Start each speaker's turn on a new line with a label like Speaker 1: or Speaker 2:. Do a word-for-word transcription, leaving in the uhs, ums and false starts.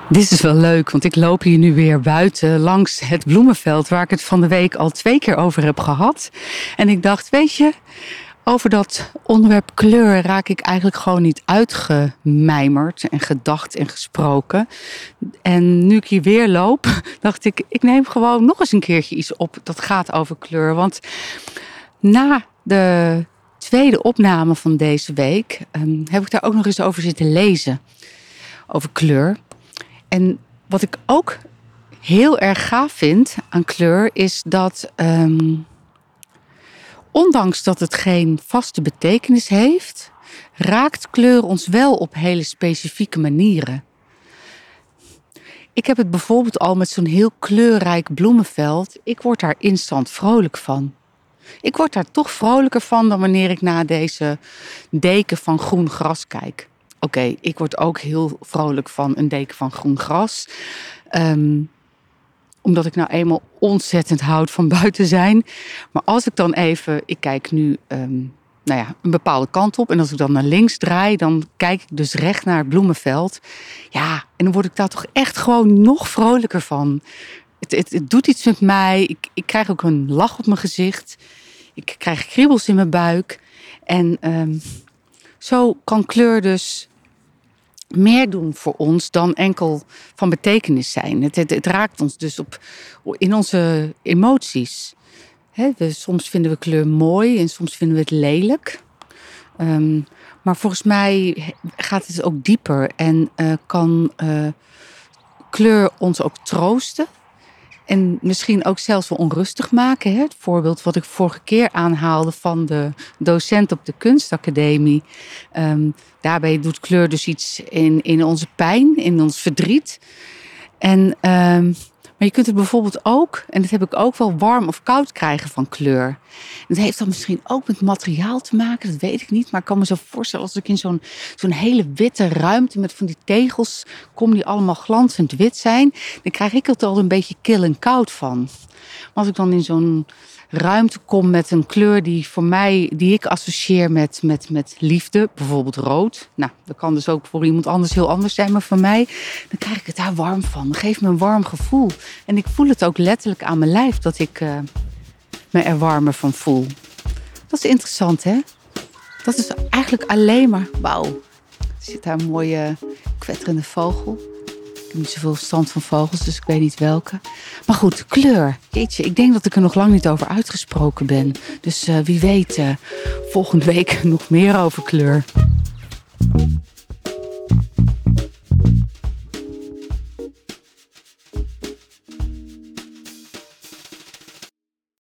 Speaker 1: Dit is wel leuk, want ik loop hier nu weer buiten langs het bloemenveld waar ik het van de week al twee keer over heb gehad. En ik dacht, weet je, over dat onderwerp kleur raak ik eigenlijk gewoon niet uitgemijmerd en gedacht en gesproken. En nu ik hier weer loop, dacht ik, ik neem gewoon nog eens een keertje iets op dat gaat over kleur. Want na de tweede opname van deze week um, heb ik daar ook nog eens over zitten lezen, over kleur. En wat ik ook heel erg gaaf vind aan kleur is dat, um, ondanks dat het geen vaste betekenis heeft, raakt kleur ons wel op hele specifieke manieren. Ik heb het bijvoorbeeld al met zo'n heel kleurrijk bloemenveld. Ik word daar instant vrolijk van. Ik word daar toch vrolijker van dan wanneer ik naar deze deken van groen gras kijk. Oké, okay, ik word ook heel vrolijk van een deken van groen gras. Um, omdat ik nou eenmaal ontzettend houd van buiten zijn. Maar als ik dan even, ik kijk nu um, nou ja, een bepaalde kant op. En als ik dan naar links draai, dan kijk ik dus recht naar het bloemenveld. Ja, en dan word ik daar toch echt gewoon nog vrolijker van. Het, het, het doet iets met mij. Ik, ik krijg ook een lach op mijn gezicht. Ik krijg kriebels in mijn buik. En um, zo kan kleur dus meer doen voor ons dan enkel van betekenis zijn. Het, het, het raakt ons dus op, in onze emoties. He, we, soms vinden we kleur mooi en soms vinden we het lelijk. Um, maar volgens mij gaat het ook dieper en uh, kan uh, kleur ons ook troosten. En misschien ook zelfs wel onrustig maken. Hè? Het voorbeeld wat ik vorige keer aanhaalde van de docent op de kunstacademie. Um, daarbij doet kleur dus iets in, in onze pijn, in ons verdriet. En, um, maar je kunt het bijvoorbeeld ook, en dat heb ik ook wel, warm of koud krijgen van kleur. En dat heeft dan misschien ook met materiaal te maken, dat weet ik niet. Maar ik kan me zo voorstellen als ik in zo'n, zo'n hele witte ruimte met van die tegels kom die allemaal glanzend wit zijn. Dan krijg ik het al een beetje kil en koud van. Maar als ik dan in zo'n ruimte kom met een kleur die voor mij, die ik associeer met, met, met liefde, bijvoorbeeld rood. Nou, dat kan dus ook voor iemand anders heel anders zijn, maar voor mij, dan krijg ik het daar warm van. Dat geeft me een warm gevoel. En ik voel het ook letterlijk aan mijn lijf, dat ik uh, me er warmer van voel. Dat is interessant, hè? Dat is eigenlijk alleen maar, wauw. Er zit daar een mooie kwetterende vogel. Ik heb niet zoveel verstand van vogels, dus ik weet niet welke. Maar goed, kleur. Jeetje, ik denk dat ik er nog lang niet over uitgesproken ben. Dus uh, wie weet, uh, volgende week nog meer over kleur.